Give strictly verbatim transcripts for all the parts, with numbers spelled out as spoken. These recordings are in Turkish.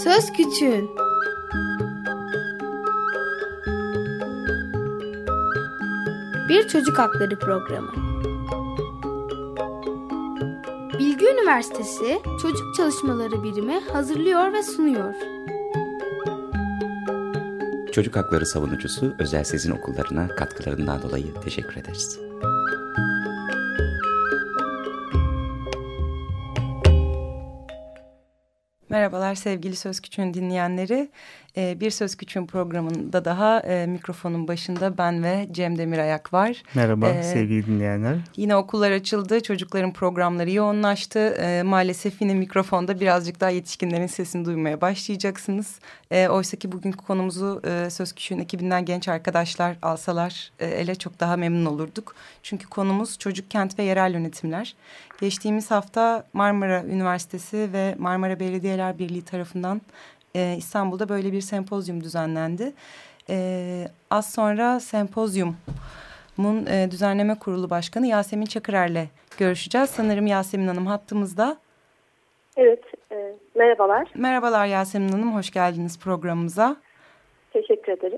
Söz Küçüğün. Bir çocuk hakları programı. Bilgi Üniversitesi Çocuk Çalışmaları Birimi hazırlıyor ve sunuyor. Çocuk hakları savunucusu Özel Sezin Okullarına katkılarından dolayı teşekkür ederiz. Merhabalar sevgili Söz Küçüğün dinleyenleri. Bir Söz Küçüğün programında daha e, mikrofonun başında ben ve Cem Demirayak var. Merhaba ee, sevgili dinleyenler. Yine okullar açıldı, çocukların programları yoğunlaştı. E, maalesef yine mikrofonda birazcık daha yetişkinlerin sesini duymaya başlayacaksınız. E, Oysa ki bugünkü konumuzu e, Söz Küçüğün ekibinden genç arkadaşlar alsalar e, ele çok daha memnun olurduk. Çünkü konumuz çocuk, kent ve yerel yönetimler. Geçtiğimiz hafta Marmara Üniversitesi ve Marmara Belediyeler Birliği tarafından Ee, İstanbul'da böyle bir sempozyum düzenlendi. Ee, az sonra sempozyumun e, düzenleme kurulu başkanı Yasemin Çakırer'le görüşeceğiz. Sanırım Yasemin Hanım hattımızda. Evet, e, merhabalar. Merhabalar Yasemin Hanım, hoş geldiniz programımıza. Teşekkür ederim.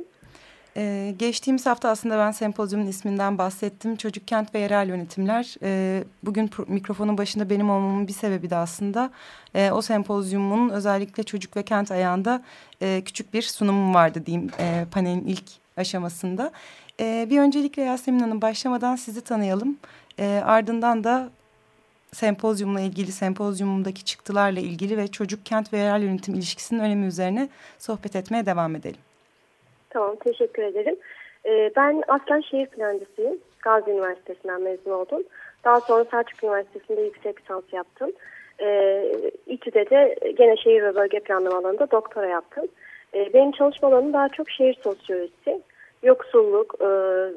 Ee, geçtiğimiz hafta aslında ben sempozyumun isminden bahsettim. Çocuk, kent ve yerel yönetimler. Ee, bugün mikrofonun başında benim olmamın bir sebebi de aslında e, o sempozyumun özellikle çocuk ve kent ayağında e, küçük bir sunumum vardı diyeyim e, panelin ilk aşamasında. E, bir öncelikle Yasemin Hanım başlamadan sizi tanıyalım. E, ardından da sempozyumla ilgili, sempozyumundaki çıktılarla ilgili ve çocuk, kent ve yerel yönetim ilişkisinin önemi üzerine sohbet etmeye devam edelim. Tamam, teşekkür ederim. Ee, ben aslen şehir plancısıyım. Gazi Üniversitesi'nden mezun oldum. Daha sonra Selçuk Üniversitesi'nde yüksek lisans yaptım. Ee, İTÜ'de de gene şehir ve bölge planlama alanında doktora yaptım. Ee, benim çalışma alanım daha çok şehir sosyolojisi, yoksulluk, e,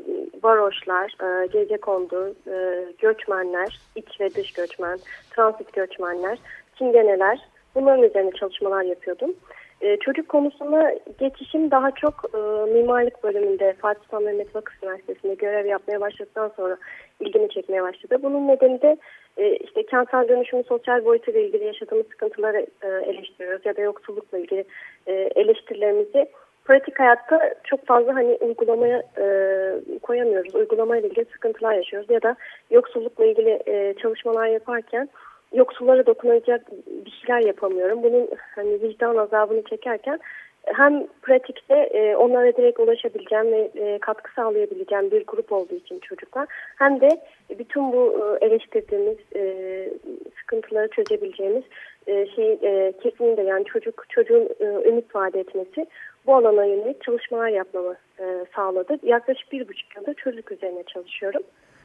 varoşlar, e, gecekondu, e, göçmenler, iç ve dış göçmen, transit göçmenler, çingeneler, bunların üzerine çalışmalar yapıyordum. Ee, çocuk konusuna geçişim daha çok e, mimarlık bölümünde Fatih Sultan Mehmet Vakıf Üniversitesi'nde görev yapmaya başladıktan sonra ilgimi çekmeye başladı. Bunun nedeni de e, işte kentsel dönüşümün sosyal boyutuyla ilgili yaşadığımız sıkıntıları e, eleştiriyoruz ya da yoksullukla ilgili e, eleştirilerimizi pratik hayatta çok fazla hani uygulamaya e, koyamıyoruz. Uygulamayla ilgili sıkıntılar yaşıyoruz ya da yoksullukla ilgili e, çalışmalar yaparken yoksullara dokunacak bir şeyler yapamıyorum. Bunun hani vicdan azabını çekerken hem pratikte e, onlara direkt ulaşabileceğim ve e, katkı sağlayabileceğim bir grup olduğu için çocuklar, hem de bütün bu e, eleştirdiğimiz e, sıkıntıları çözebileceğimiz e, şey e, kesinlikle yani çocuk çocuğun e, ümit vaat etmesi bu alana yönelik çalışmalar yapmamı e, sağladı. Yaklaşık bir buçuk yıldır çocuk üzerine çalışıyorum.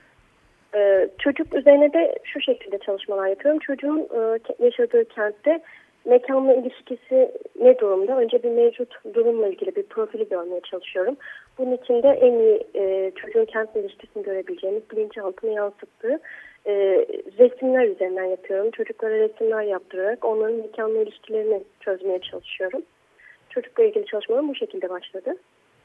Ee, çocuk üzerine de şu şekilde çalışmalar yapıyorum. Çocuğun e, yaşadığı kentte mekanla ilişkisi ne durumda? Önce bir mevcut durumla ilgili bir profili görmeye çalışıyorum. Bunun için de en iyi e, çocuğun kentle ilişkisini görebileceğimiz bilinçaltına yansıttığı e, resimler üzerinden yapıyorum. Çocuklara resimler yaptırarak onların mekanla ilişkilerini çözmeye çalışıyorum. Çocukla ilgili çalışmalarım bu şekilde başladı.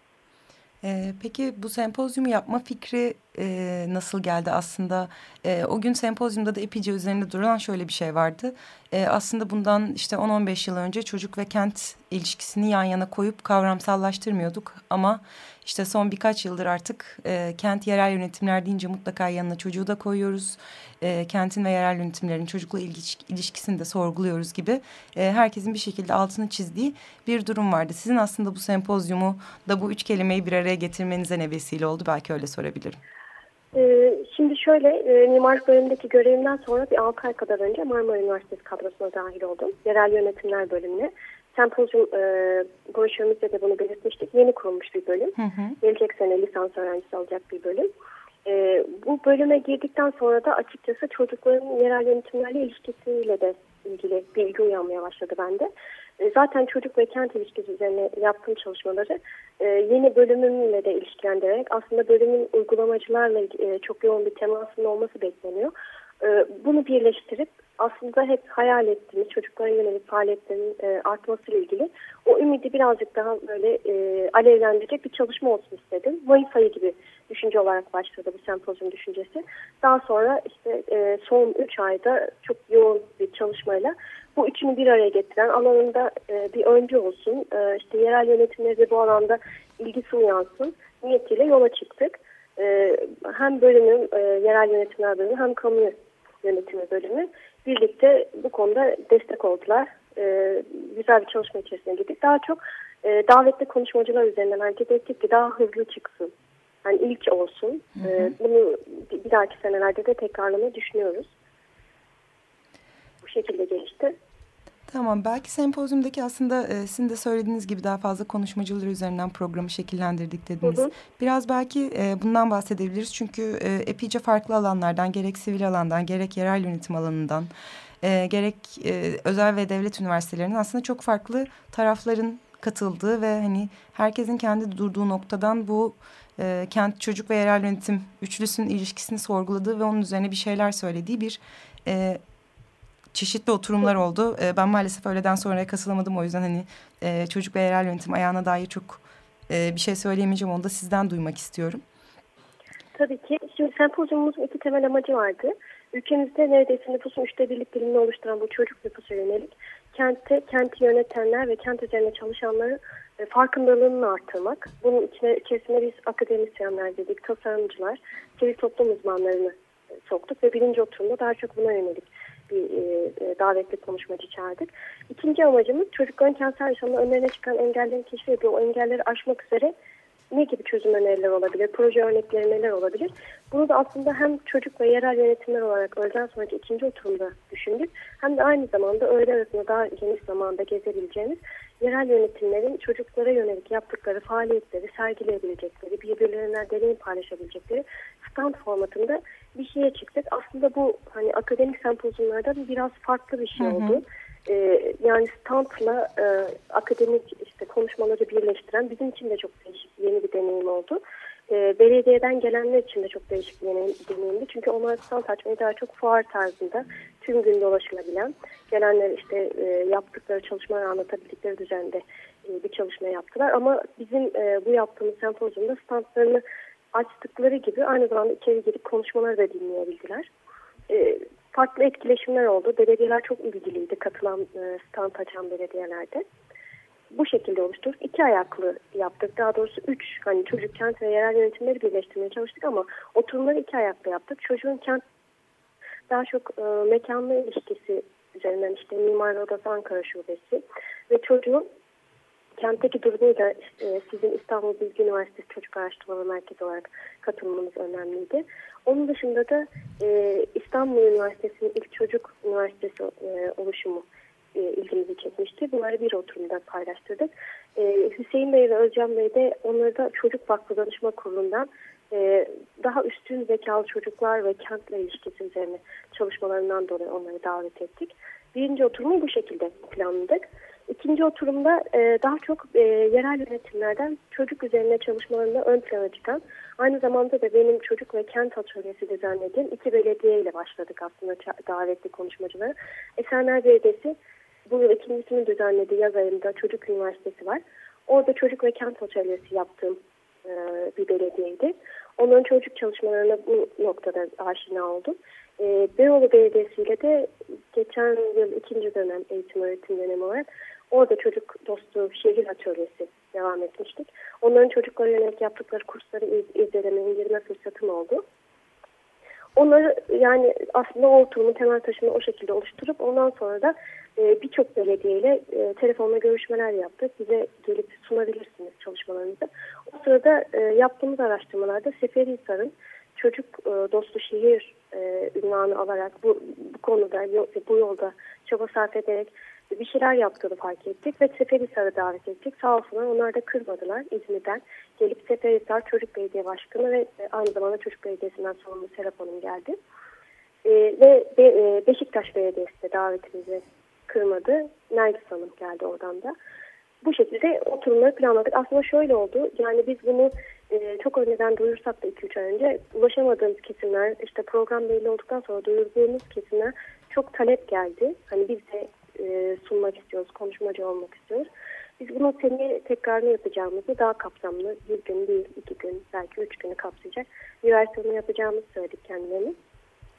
Ee, peki bu sempozyumu yapma fikri e, nasıl geldi aslında? E, o gün sempozyumda da epeyce üzerinde duran şöyle bir şey vardı. E, aslında bundan işte on on beş yıl önce çocuk ve kent ilişkisini yan yana koyup kavramsallaştırmıyorduk. Ama işte son birkaç yıldır artık e, kent yerel yönetimler deyince mutlaka yanına çocuğu da koyuyoruz. E, kentin ve yerel yönetimlerin çocukla ilişkisini de sorguluyoruz gibi e, herkesin bir şekilde altını çizdiği bir durum vardı. Sizin aslında bu sempozyumu da bu üç kelimeyi bir araya getirmenize ne vesile oldu? Belki öyle sorabilirim. Ee, şimdi şöyle, e, mimarlık bölümündeki görevimden sonra bir altı ay kadar önce Marmara Üniversitesi kadrosuna dahil oldum. Yerel yönetimler bölümüne. Sempozyum e, broşürümüzde de bunu belirtmiştik. Yeni kurulmuş bir bölüm. Hı hı. Gelecek sene lisans öğrencisi olacak bir bölüm. E, bu bölüme girdikten sonra da açıkçası çocukların yerel yönetimlerle ilişkisiyle de ilgili bilgi uyanmaya başladı bende. E, zaten çocuk ve kent ilişkisi üzerine yaptığım çalışmaları e, yeni bölümümle de ilişkilendirerek aslında bölümün uygulamacılarla e, çok yoğun bir temasının olması bekleniyor. E, bunu birleştirip aslında hep hayal ettiğimiz çocuklara yönelik faaliyetlerin e, artmasıyla ilgili o ümidi birazcık daha böyle e, alevlendirecek bir çalışma olsun istedim. Mayıs ayı gibi düşünce olarak başladı bu sempozyum düşüncesi. Daha sonra işte e, son üç ayda çok yoğun bir çalışmayla bu bu üçünü bir araya getiren alanında e, bir öncü olsun. E, işte yerel yönetimleri de bu alanda ilgisi uyansın niyetiyle yola çıktık. E, hem bölümün e, yerel yönetimler bölümü hem kamu yönetimi bölümü birlikte bu konuda destek oldular. E, güzel bir çalışma içerisine gittik. Daha çok e, davetli konuşmacılar üzerinden hareket ettik ki daha hızlı çıksın. Yani ilk olsun. Hı hı. E, bunu bir, bir dahaki senelerde de tekrarlamayı düşünüyoruz. Bu şekilde gelişti. Tamam, belki sempozyumdaki aslında e, sizin de söylediğiniz gibi daha fazla konuşmacılar üzerinden programı şekillendirdik dediniz. Hı hı. Biraz belki e, bundan bahsedebiliriz. Çünkü e, epeyce farklı alanlardan, gerek sivil alandan, gerek yerel yönetim alanından, e, gerek e, özel ve devlet üniversitelerinin aslında çok farklı tarafların katıldığı ve hani herkesin kendi durduğu noktadan bu e, kent, çocuk ve yerel yönetim üçlüsünün ilişkisini sorguladığı ve onun üzerine bir şeyler söylediği bir e, çeşitli oturumlar oldu. E, ben maalesef öğleden sonraya katılamadım. O yüzden hani e, çocuk ve yerel yönetim ayağına dair çok e, bir şey söyleyemeyeceğim. Onu da sizden duymak istiyorum. Tabii ki. Şimdi sempozyumumuzun iki temel amacı vardı. Ülkemizde neredeyse nüfusun üçte birlik dilimini oluşturan bu çocuk nüfusu yönelik kentte, kenti yönetenler ve kent üzerine çalışanları e, farkındalığını arttırmak. Bunun içine, içerisinde biz akademisyenler dedik, tasarımcılar, sivil toplum uzmanlarını e, soktuk ve birinci oturumda daha çok buna yönelik bir e, davetli konuşmacı çağırdık. İkinci amacımız çocukların kentsel yaşamda önlerine çıkan engellerin keşfi ve o engelleri aşmak üzere ne gibi çözüm önerileri olabilir, proje örnekleri neler olabilir? Bunu da aslında hem çocuk ve yerel yönetimler olarak öğleden sonraki ikinci oturumda düşündük. Hem de aynı zamanda öğle arasında daha geniş zamanda gezebileceğimiz yerel yönetimlerin çocuklara yönelik yaptıkları faaliyetleri sergileyebilecekleri, birbirlerinden deneyim paylaşabilecekleri stand formatında bir şeye çıktık. Aslında bu hani akademik sempozyumlardan biraz farklı bir şey oldu. Hı hı. Ee, yani standla e, akademik işte konuşmaları birleştiren bizim için de çok değişik yeni bir deneyim oldu. Ee, belediyeden gelenler için de çok değişik bir deneyimdi. Çünkü onlar stand açmayı daha çok fuar tarzında tüm gün dolaşılabilen, gelenler işte e, yaptıkları çalışmaları anlatabildikleri düzende e, bir çalışma yaptılar. Ama bizim e, bu yaptığımız sempozyumda standlarını açtıkları gibi aynı zamanda içeri girip konuşmaları da dinleyebildiler. E, farklı etkileşimler oldu. Belediyeler çok ilgiliydi katılan e, stand açan belediyelerde. Bu şekilde oluşturduk. İki ayaklı yaptık. Daha doğrusu üç hani çocuk, kent ve yerel yönetimleri birleştirmeye çalıştık ama oturumları iki ayaklı yaptık. Çocuğun kent daha çok e, mekanla ilişkisi üzerinden işte Mimarlar Odası Ankara Şubesi ve çocuğun kentteki durumuyla e, sizin İstanbul Bilgi Üniversitesi Çocuk Araştırmaları Merkezi olarak katılmanız önemliydi. Onun dışında da e, İstanbul Üniversitesi'nin ilk çocuk üniversitesi e, oluşumu e, ilgimizi çekmişti. Bunları bir oturumda paylaştırdık. E, Hüseyin Bey ve Özcan Bey de onları da Çocuk Vakfı Danışma Kurulu'ndan e, daha üstün zekalı çocuklar ve kentle ilişkisi üzerine çalışmalarından dolayı onları davet ettik. Birinci oturumu bu şekilde planladık. İkinci oturumda e, daha çok e, yerel yönetimlerden çocuk üzerine çalışmalarında ön plana çıkan, aynı zamanda da benim çocuk ve kent atölyesi düzenlediğim iki belediye ile başladık aslında davetli konuşmacılara. Esenler Belediyesi bu yıl ikincisini düzenlediği yaz ayında Çocuk Üniversitesi var. Orada çocuk ve kent atölyesi yaptığım e, bir belediyeydi. Onların çocuk çalışmalarına bu noktada aşina oldum. E, Beyoğlu Belediyesi ile de geçen yıl ikinci dönem eğitim öğretim dönemi olarak orada çocuk dostu şehir atölyesi devam etmiştik. Onların çocuklara yönelik yaptıkları kursları iz, izleme, indirme fırsatım oldu. Onları yani aslında o oturumun temel taşını o şekilde oluşturup ondan sonra da e, birçok belediyeyle e, telefonla görüşmeler yaptık. Bize gelip sunabilirsiniz çalışmalarınızı. O sırada e, yaptığımız araştırmalarda Seferihisar'ın çocuk e, dostu şehir e, ünvanı alarak bu, bu konuda bu yolda çaba sarf ederek bir şeyler yaptığını fark ettik ve Seferihisar'ı davet ettik. Sağ olsunlar onlar da kırmadılar İzmir'den. Gelip Seferihisar Çocuk Belediye Başkanı ve aynı zamanda Çocuk Belediyesi'nden sorumlu Serap Hanım geldi. E, ve Be, e, Beşiktaş Belediyesi de davetimizi kırmadı. Nergis Hanım geldi oradan da. Bu şekilde oturumları planladık. Aslında şöyle oldu. Yani biz bunu e, çok önceden duyursak da iki üç ay önce ulaşamadığımız kesimler, işte program belli olduktan sonra duyurduğumuz kesimler çok talep geldi. Hani biz de e, sunmak istiyoruz, konuşmacı olmak istiyoruz. Biz bunu seneye tekrarını yapacağımızı daha kapsamlı bir gün değil, iki gün, belki üç günü kapsayacak bir versiyonu yapacağımızı söyledik kendilerine.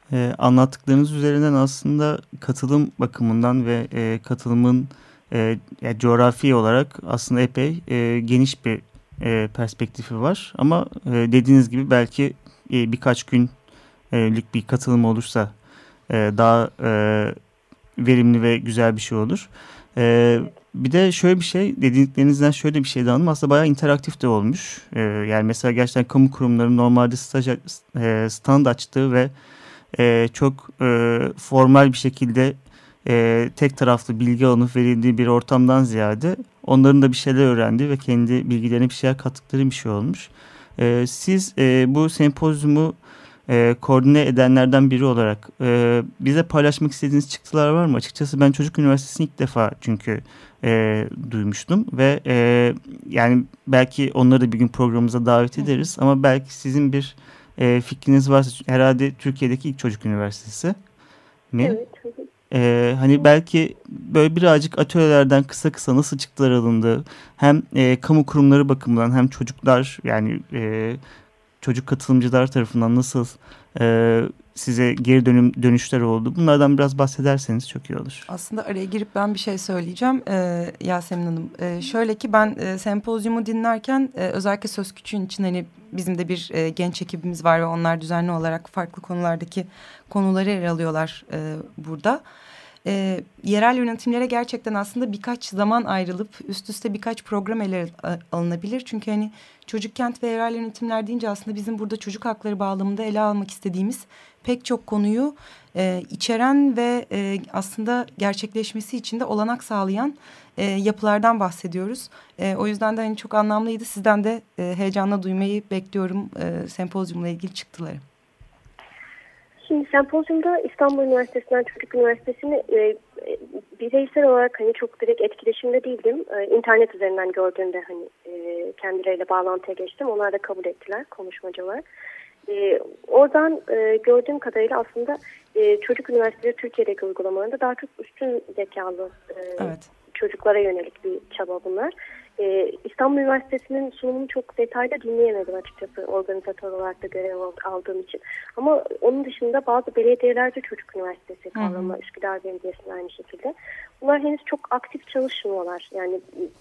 Ee, anlattıklarınız üzerinden aslında katılım bakımından ve e, katılımın e, yani coğrafi olarak aslında epey e, geniş bir e, perspektifi var. Ama e, dediğiniz gibi belki e, birkaç günlük bir katılım olursa e, daha e, verimli ve güzel bir şey olur. E, bir de şöyle bir şey, dediklerinizden şöyle bir şey de anladım. Aslında bayağı interaktif de olmuş. E, yani mesela gerçekten kamu kurumlarının normalde staj, e, stand açtığı ve e, çok e, formal bir şekilde e, tek taraflı bilgi alınıp verildiği bir ortamdan ziyade onların da bir şeyler öğrendiği ve kendi bilgilerine bir şeyler kattıkları bir şey olmuş. E, siz e, bu sempozyumu e, koordine edenlerden biri olarak e, bize paylaşmak istediğiniz çıktılar var mı? Açıkçası ben Çocuk Üniversitesi'ni ilk defa çünkü e, duymuştum ve e, yani belki onları da bir gün programımıza davet ederiz ama belki sizin bir e, fikriniz varsa, herhalde Türkiye'deki ilk çocuk üniversitesi mi? Evet. Ee, hani belki böyle birazcık atölyelerden kısa kısa nasıl çıktılar alındı, hem e, kamu kurumları bakımından hem çocuklar, yani e, çocuk katılımcılar tarafından nasıl e, size geri dönüm dönüşler oldu, bunlardan biraz bahsederseniz çok iyi olur. Aslında araya girip ben bir şey söyleyeceğim ee, Yasemin Hanım. Ee, şöyle ki ben e, sempozyumu dinlerken e, özellikle Söz Küçüğün için hani bizim de bir e, genç ekibimiz var ve onlar düzenli olarak farklı konulardaki konuları ele alıyorlar e, burada. E, yerel yönetimlere gerçekten aslında birkaç zaman ayrılıp üst üste birkaç program ele alınabilir. Çünkü hani çocuk kent ve yerel yönetimler deyince aslında bizim burada çocuk hakları bağlamında ele almak istediğimiz pek çok konuyu e, içeren ve e, aslında gerçekleşmesi için de olanak sağlayan e, yapılardan bahsediyoruz. E, o yüzden de hani çok anlamlıydı. Sizden de e, heyecanla duymayı bekliyorum e, sempozyumla ilgili çıktıları. Şimdi sempozyumda İstanbul Üniversitesi'nden Çocuk Üniversitesi'ni e, bireysel olarak hani çok direkt etkileşimde değildim. E, internet üzerinden gördüğümde hani e, kendileriyle bağlantıya geçtim. Onlar da kabul ettiler konuşmacılar. E, oradan e, gördüğüm kadarıyla aslında e, çocuk üniversiteleri Türkiye'deki uygulamalarında daha çok üstün zekalı e, evet. çocuklara yönelik bir çaba bunlar. Ee, İstanbul Üniversitesi'nin sunumunu çok detaylı dinleyemedim açıkçası organizatör olarak da görev aldığım için. Ama onun dışında bazı belediyelerde çocuk üniversitesi kavramı, Üsküdar Belediyesi'nin aynı şekilde. Bunlar henüz çok aktif çalışmıyorlar. Yani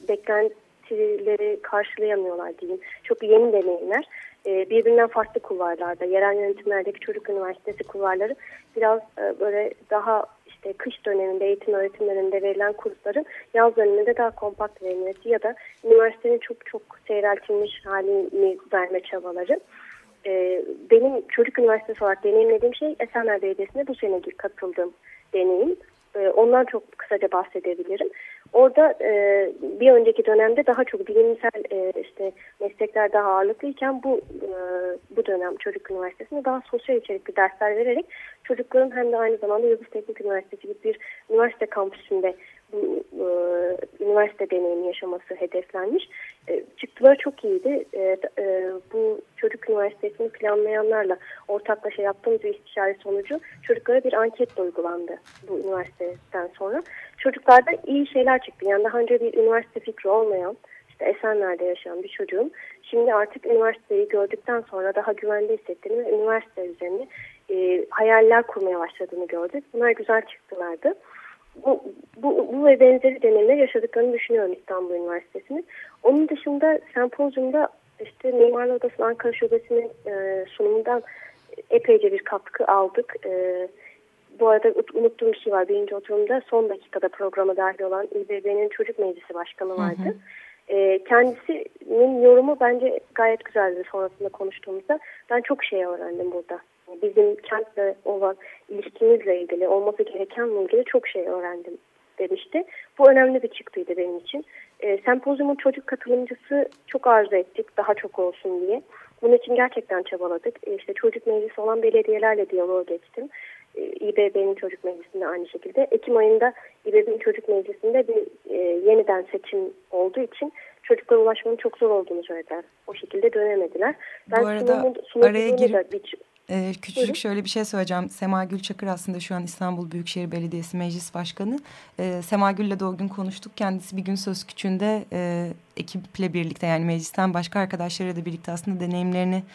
beklentileri karşılayamıyorlar diyeyim. Çok yeni deneyimler. Ee, birbirinden farklı kulvarlarda, yerel yönetimlerdeki çocuk üniversitesi kulvarları biraz e, böyle daha işte kış döneminde, eğitim öğretim döneminde verilen kursların yaz döneminde daha kompakt verilmesi ya da üniversitenin çok çok seyreltilmiş halini verme çabaları. Ee, benim çocuk üniversitesi olarak deneyimlediğim şey Esenler Belediyesi'ne bu sene katıldığım deneyim. Ee, ondan çok kısaca bahsedebilirim. Orada e, bir önceki dönemde daha çok bilimsel e, işte meslekler daha ağırlıklıyken bu e, bu dönem Çocuk Üniversitesi'nde daha sosyal içerikli dersler vererek çocukların hem de aynı zamanda Yıldız Teknik Üniversitesi gibi bir üniversite kampüsünde bu e, üniversite deneyimi yaşaması hedeflenmiş. E, çıktıları çok iyiydi. E, e, bu Çocuk Üniversitesi'ni planlayanlarla ortaklaşa yaptığımız bir istişare sonucu çocuklara bir anket de uygulandı bu üniversiteden sonra. Çocuklarda iyi şeyler çıktı. Yani daha önce bir üniversite fikri olmayan, işte Esenler'de yaşayan bir çocuğun şimdi artık üniversiteyi gördükten sonra daha güvende hissettiğini ve üniversite üzerine e, hayaller kurmaya başladığını gördük. Bunlar güzel çıktılardı. Bu, bu, bu ve benzeri deneyimler yaşadıklarını düşünüyorum İstanbul Üniversitesi'nin. Onun dışında sempozyumda işte Mimarlar Odası Ankara Şubesi'nin e, sunumundan epeyce bir katkı aldık. E, bu arada unuttuğum bir şey var. Birinci oturumda son dakikada programa dahil olan İ B B'nin Çocuk Meclisi Başkanı vardı. Hı hı. E, kendisinin yorumu bence gayet güzeldi sonrasında konuştuğumuzda. Ben çok şey öğrendim burada. Bizim kentle olan ilişkimizle ilgili, olması gerekenle ilgili çok şey öğrendim demişti. Bu önemli bir çıktıydı benim için. E, sempozyumun çocuk katılımcısı çok arzu ettik, daha çok olsun diye. Bunun için gerçekten çabaladık. E, işte çocuk meclisi olan belediyelerle diyaloğa geçtim. E, İ B B'nin çocuk meclisinde aynı şekilde. Ekim ayında İ B B'nin çocuk meclisinde bir e, yeniden seçim olduğu için çocuklara ulaşmanın çok zor olduğunu söylediler. O şekilde dönemediler. Ben Bu arada sunumu, araya girip bir... Ee, küçücük Buyurun. Şöyle bir şey söyleyeceğim. Sema Gülçakır aslında şu an İstanbul Büyükşehir Belediyesi Meclis Başkanı. Ee, Sema Gül'le de o gün konuştuk. Kendisi bir gün Söz Küçüğü'nde e, ekiple birlikte, yani meclisten başka arkadaşlarıyla da birlikte aslında deneyimlerini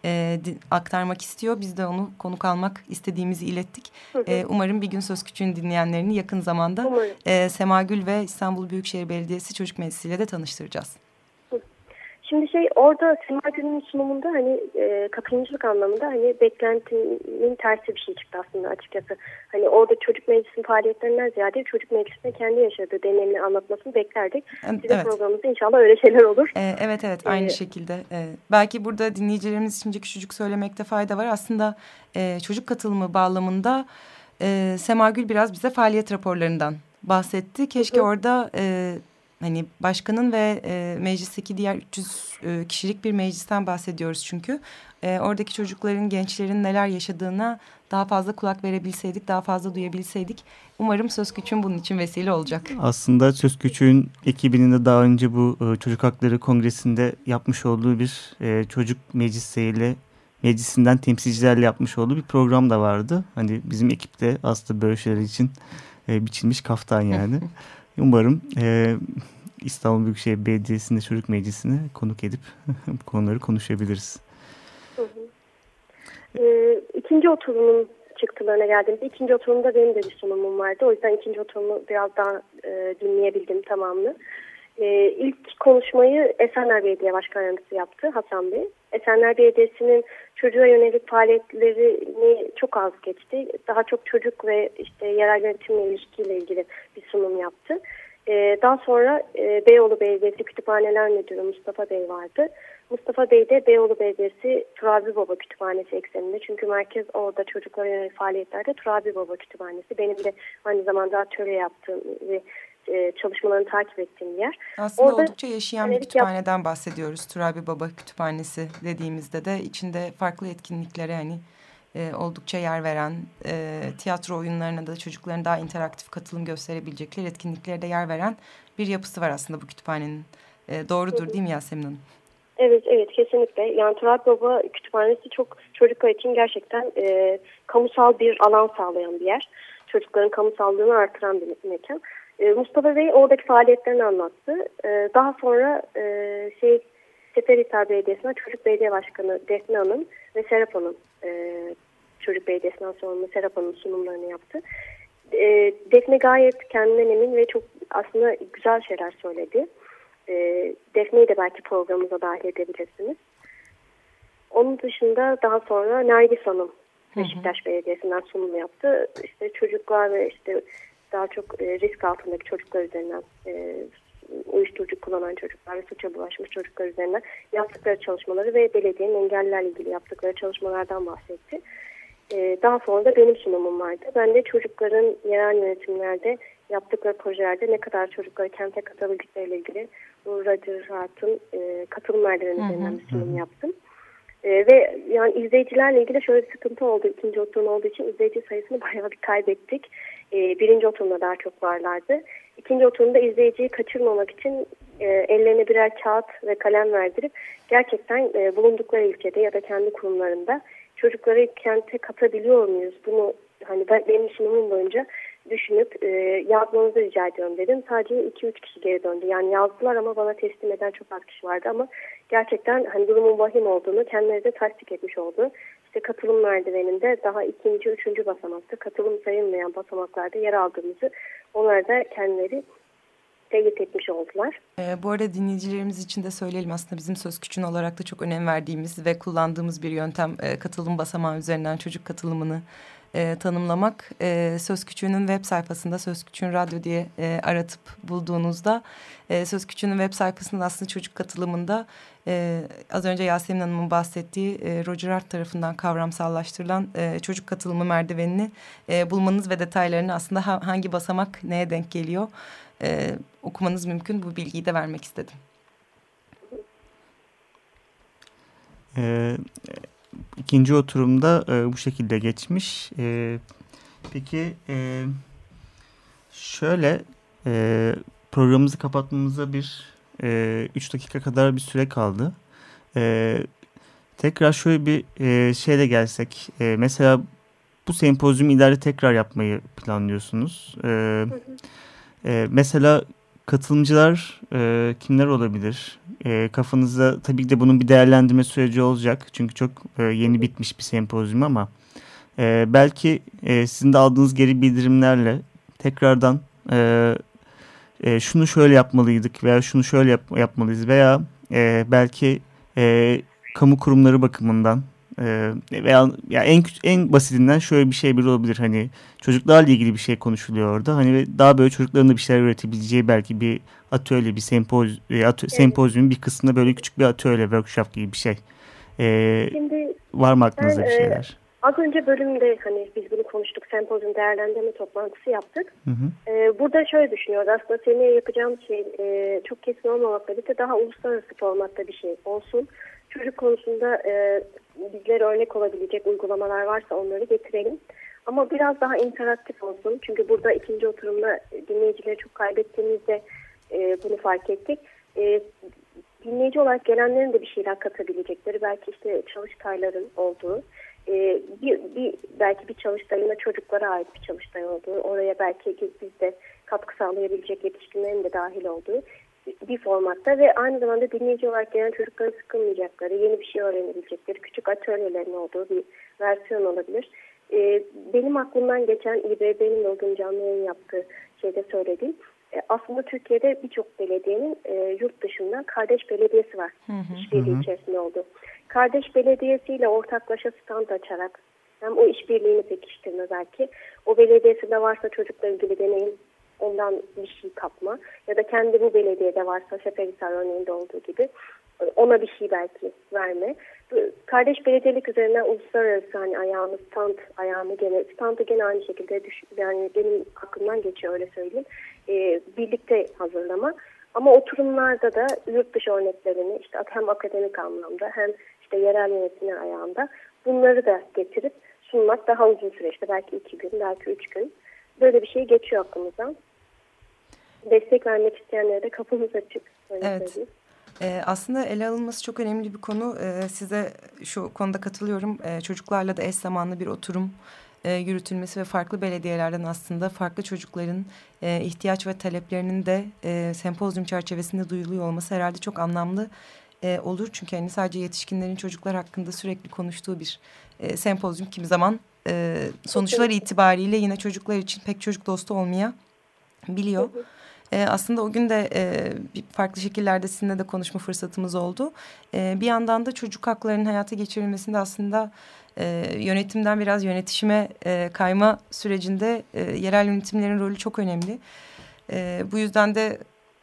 e, aktarmak istiyor. Biz de onu konuk almak istediğimizi ilettik. Hı hı. E, umarım bir gün Söz Küçüğün dinleyenlerini yakın zamanda e, Semagül ve İstanbul Büyükşehir Belediyesi Çocuk Meclisi ile de tanıştıracağız. Şimdi şey orada Semagül'ün sunumunda hani e, katılımcılık anlamında hani beklentinin tersi bir şey çıktı aslında açıkçası. Hani orada çocuk meclisinin faaliyetlerinden ziyade çocuk meclisinde kendi yaşadığı deneyimini anlatmasını beklerdik. Bizim evet. programımızda inşallah öyle şeyler olur. Ee, evet evet aynı ee, şekilde. Ee, belki burada dinleyicilerimiz için küçücük söylemekte fayda var. Aslında e, çocuk katılımı bağlamında e, Semagül biraz bize faaliyet raporlarından bahsetti. Keşke hı. orada... E, Hani başkanın ve e, meclisteki diğer üç yüz e, kişilik bir meclisten bahsediyoruz çünkü. E, oradaki çocukların, gençlerin neler yaşadığına daha fazla kulak verebilseydik, daha fazla duyabilseydik. Umarım Söz Küçüğün bunun için vesile olacak. Aslında Söz Küçüğün ekibinin de daha önce bu e, Çocuk Hakları Kongresi'nde yapmış olduğu bir e, çocuk meclisiyle, meclisinden temsilcilerle yapmış olduğu bir program da vardı. Hani bizim ekipte aslında böyle şeyler için e, biçilmiş kaftan yani. Umarım e, İstanbul Büyükşehir Belediyesi'nde Çocuk Meclisi'ne konuk edip bu konuları konuşabiliriz. Hı hı. Ee, ikinci oturumun çıktılarına geldiğimde ikinci oturumda benim de bir sunumum vardı. O yüzden ikinci oturumu biraz daha e, dinleyebildim tamamını. E, ilk konuşmayı Esenler Belediye Başkan Yardımcısı yaptı Hasan Bey. Esenler Belediyesi'nin çocuğa yönelik faaliyetlerini çok az geçti. Daha çok çocuk ve işte yerel yönetimle ilişkiyle ilgili bir sunum yaptı. Ee, daha sonra e, Beyoğlu Belediyesi Kütüphaneler Müdürü Mustafa Bey vardı. Mustafa Bey de Beyoğlu Belediyesi Turabi Baba Kütüphanesi ekseninde. Çünkü merkez orada çocuklara yönelik faaliyetlerde Turabi Baba Kütüphanesi. Benim de aynı zamanda atölye yaptığım ve e, çalışmalarını takip ettiğim bir yer. Aslında orada oldukça yaşayan bir kütüphaneden yap- bahsediyoruz. Turabi Baba Kütüphanesi dediğimizde de içinde farklı etkinliklere hani e, oldukça yer veren, e, tiyatro oyunlarına da çocukların daha interaktif katılım gösterebilecekleri etkinliklere de yer veren bir yapısı var aslında bu kütüphanenin. E, doğrudur Hı-hı. değil mi Yasemin Hanım? Evet, evet kesinlikle. Yani Turabi Baba Kütüphanesi çok çocuklar için gerçekten e, kamusal bir alan sağlayan bir yer. Çocukların kamusallığını artıran bir mekan. E, Mustafa Bey oradaki faaliyetlerini anlattı. E, daha sonra e, şey Seferihisar Belediyesi'ne Çocuk Belediye Başkanı Defne Hanım ve Serap Hanım e, Çocuk Belediyesi'nden sorumlu Serap Hanım sunumlarını yaptı. E, Defne gayet kendinden emin ve çok aslında güzel şeyler söyledi. E, Defne'yi de belki programımıza dahil edebilirsiniz. Onun dışında daha sonra Nergis Hanım Beşiktaş Belediyesi'nden sunum yaptı. İşte çocuklar ve işte daha çok e, risk altındaki çocuklar üzerinden e, uyuşturucu kullanan çocuklar ve suça bulaşmış çocuklar üzerinden yaptıkları çalışmaları ve belediyenin engellilerle ilgili yaptıkları çalışmalardan bahsetti. E, daha sonra da benim sunumum vardı. Ben de çocukların yerel yönetimlerde yaptıkları projelerde ne kadar çocukları kente katabildikleriyle ilgili bu Radyo Rahat'ın e, katılım merdiveni üzerinden bir sunum yaptım. E, ve yani izleyicilerle ilgili şöyle bir sıkıntı oldu. İkinci oturum olduğu için izleyici sayısını bayağı bir kaybettik. E, birinci oturumda daha çok varlardı. İkinci oturumda izleyiciyi kaçırmamak için e, ellerine birer kağıt ve kalem verdirip gerçekten e, bulundukları ilçede ya da kendi kurumlarında çocukları kente katabiliyor muyuz? Bunu hani ben, benim sunumum boyunca düşünüp e, yazmanızı rica ediyorum dedim. Sadece iki üç kişi geri döndü. Yani yazdılar ama bana teslim eden çok az kişi vardı ama gerçekten hani durumun vahim olduğunu kendileri de tasdik etmiş oldu. İşte katılım merdiveninde daha ikinci, üçüncü basamakta katılım sayılmayan basamaklarda yer aldığımızı onlar da kendileri teyit etmiş oldular. Ee, bu arada dinleyicilerimiz için de söyleyelim aslında bizim Söz Küçüğün olarak da çok önem verdiğimiz ve kullandığımız bir yöntem e, katılım basamağı üzerinden çocuk katılımını e, tanımlamak. E, Söz Küçüğün'ün web sayfasında Söz Küçüğün Radyo diye e, aratıp bulduğunuzda e, Söz Küçüğün'ün web sayfasında aslında çocuk katılımında e, az önce Yasemin Hanım'ın bahsettiği e, Roger Hart tarafından kavramsallaştırılan e, çocuk katılımı merdivenini e, bulmanız ve detaylarını aslında ha, hangi basamak neye denk geliyor e, okumanız mümkün. Bu bilgiyi de vermek istedim. Ee, ikinci oturumda e, bu şekilde geçmiş. E, peki e, şöyle e, programımızı kapatmamıza bir e, üç dakika kadar bir süre kaldı. E, tekrar şöyle bir e, şeyle gelsek. E, mesela bu sempozyumu ileride tekrar yapmayı planlıyorsunuz. E, e, mesela katılımcılar e, kimler olabilir? E, kafanızda tabii ki de bunun bir değerlendirme süreci olacak. Çünkü çok e, yeni bitmiş bir sempozyum ama e, belki e, sizin de aldığınız geri bildirimlerle tekrardan e, e, şunu şöyle yapmalıydık veya şunu şöyle yap, yapmalıyız veya e, belki e, kamu kurumları bakımından e, veya ya en en basitinden şöyle bir şey bile olabilir. Hani çocuklarla ilgili bir şey konuşuluyor orada. Hani ve daha böyle çocukların da bir şeyler üretebileceği belki bir atölye, bir sempoz, atö, sempozyumun bir kısmında böyle küçük bir atölye, workshop gibi bir şey. E, Şimdi var mı aklınızda ben, bir şeyler? E, az önce bölümde hani biz bunu konuştuk, sempozyum değerlendirme toplantısı yaptık. Hı hı. E, burada şöyle düşünüyoruz. Aslında seneye yapacağım şey e, çok kesin olmamakla birlikte daha uluslararası formatta bir şey olsun. Çocuk konusunda e, bizlere örnek olabilecek uygulamalar varsa onları getirelim. Ama biraz daha interaktif olsun. Çünkü burada ikinci oturumda dinleyicileri çok kaybettiğimizde e, bunu fark ettik. E, dinleyici olarak gelenlerin de bir şeyler katabilecekleri, belki işte çalıştayların olduğu, e, bir, bir belki bir çalıştayında çocuklara ait bir çalıştay olduğu, oraya belki biz de katkı sağlayabilecek yetişkinlerin de dahil olduğu bir formatta ve aynı zamanda dinleyici olarak gelen çocukların sıkılmayacakları, yeni bir şey öğrenebilecekleri küçük atölyelerin olduğu bir versiyon olabilir. Ee, benim aklımdan geçen İ B B'nin de o gün canlı yayın yaptığı şeyde söylediğim, e, aslında Türkiye'de birçok belediyenin e, yurt dışında kardeş belediyesi var. İşbirliği içerisinde oldu. Kardeş belediyesiyle ortaklaşa stand açarak hem o işbirliğini pekiştirme, belki o belediyesinde varsa çocukla ilgili deneyim, ondan bir şey kapma ya da kendi bu belediyede varsa Seferihisar örneğinde olduğu gibi ona bir şey belki verme. Kardeş belediyelik üzerinden uluslararası hani ayağını, stand ayağını gene, standı gene aynı şekilde düş, yani benim aklımdan geçiyor, öyle söyleyeyim. Ee, birlikte hazırlama. Ama oturumlarda da yurt dışı örneklerini işte hem akademik anlamda hem işte yerel yönetimler ayağında bunları da getirip sunmak daha uzun süreçte, belki iki gün, belki üç gün. Böyle bir şey geçiyor aklımızdan. Destek vermek isteyenlere de kapımız açık. Evet. Ee, aslında ele alınması çok önemli bir konu. Ee, size şu konuda katılıyorum. Ee, çocuklarla da eş zamanlı bir oturum e, yürütülmesi ve farklı belediyelerden aslında farklı çocukların e, ihtiyaç ve taleplerinin de e, sempozyum çerçevesinde duyuluyor olması herhalde çok anlamlı e, olur. Çünkü hani sadece yetişkinlerin çocuklar hakkında sürekli konuştuğu bir e, sempozyum kimi zaman e, sonuçlar itibariyle yine çocuklar için pek çocuk dostu olmayabiliyor. E, aslında o gün de e, farklı şekillerde sizinle de konuşma fırsatımız oldu. E, bir yandan da çocuk haklarının hayata geçirilmesinde aslında e, yönetimden biraz yönetişime e, kayma sürecinde e, yerel yönetimlerin rolü çok önemli. E, bu yüzden de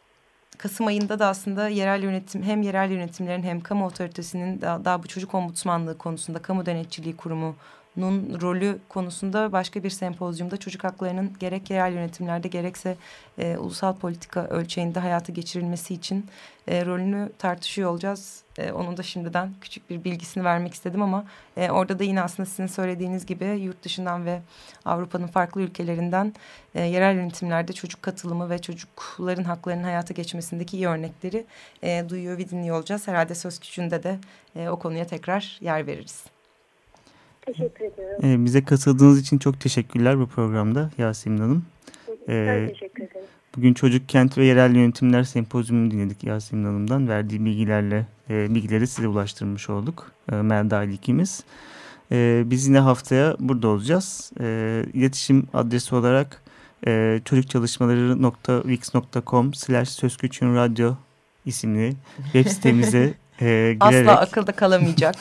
Kasım ayında da aslında yerel yönetim, hem yerel yönetimlerin hem kamu otoritesinin daha, daha bu çocuk ombudsmanlığı konusunda, kamu denetçiliği kurumu Nun rolü konusunda başka bir sempozyumda çocuk haklarının gerek yerel yönetimlerde gerekse e, ulusal politika ölçeğinde hayata geçirilmesi için e, rolünü tartışıyor olacağız. E, onun da şimdiden küçük bir bilgisini vermek istedim ama e, orada da yine aslında sizin söylediğiniz gibi yurt dışından ve Avrupa'nın farklı ülkelerinden e, yerel yönetimlerde çocuk katılımı ve çocukların haklarının hayata geçmesindeki iyi örnekleri e, duyuyor ve dinliyor olacağız. Herhalde Söz Küçüğü'nde de e, o konuya tekrar yer veririz. Teşekkür ediyorum. Ee, bize katıldığınız için çok teşekkürler bu programda Yasemin Hanım. Ben Ee, teşekkür ederim. Bugün Çocuk Kent ve Yerel Yönetimler Sempozyumunu dinledik Yasemin Hanım'dan. Verdiği bilgilerle e, bilgileri size ulaştırmış olduk. E, Melda ile ikimiz. E, biz yine haftaya burada olacağız. E, iletişim adresi olarak e, çocukçalışmaları nokta wix nokta com slash sözküçünradyo isimli web sitemize e, girerek... Asla akılda kalamayacak.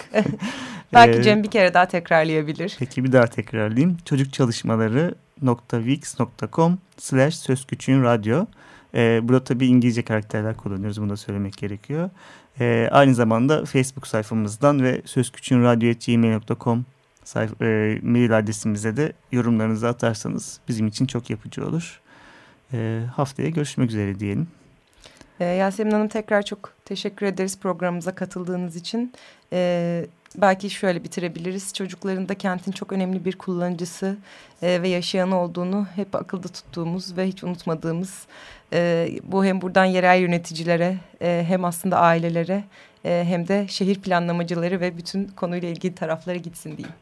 Belki Cem bir kere daha tekrarlayabilir. Peki bir daha tekrarlayayım. çocukçalışmaları nokta wix nokta com slash sözküçünradyo. Ee, burada tabii İngilizce karakterler kullanıyoruz. Bunu da söylemek gerekiyor. Ee, aynı zamanda Facebook sayfamızdan ve sözküçünradyo at gmail nokta com sayf- e, mail adresimize de yorumlarınızı atarsanız bizim için çok yapıcı olur. Ee, haftaya görüşmek üzere diyelim. Ee, Yasemin Hanım tekrar çok teşekkür ederiz programımıza katıldığınız için. Ee, belki şöyle bitirebiliriz. Çocukların da kentin çok önemli bir kullanıcısı e, ve yaşayanı olduğunu hep akılda tuttuğumuz ve hiç unutmadığımız. E, bu hem buradan yerel yöneticilere e, hem aslında ailelere e, hem de şehir planlamacıları ve bütün konuyla ilgili taraflara gitsin diyeyim.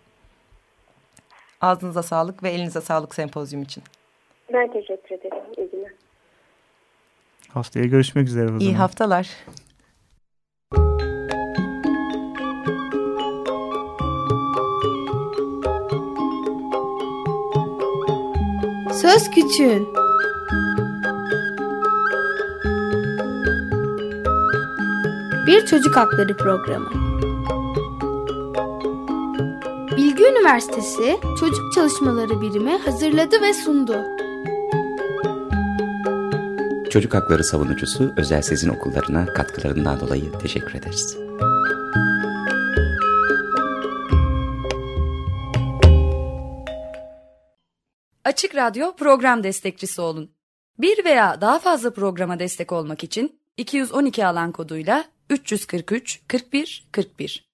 Ağzınıza sağlık ve elinize sağlık sempozyum için. Ben teşekkür ederim. İyi günler. Haftaya görüşmek üzere o zaman. İyi haftalar. Söz Küçüğün. Bir çocuk hakları programı. Bilgi Üniversitesi Çocuk Çalışmaları Birimi hazırladı ve sundu. Çocuk hakları savunucusu Özel Sezin Okullarına katkılarından dolayı teşekkür ederiz. Açık Radyo program destekçisi olun. Bir veya daha fazla programa destek olmak için iki yüz on iki alan koduyla üç yüz kırk üç kırk bir kırk bir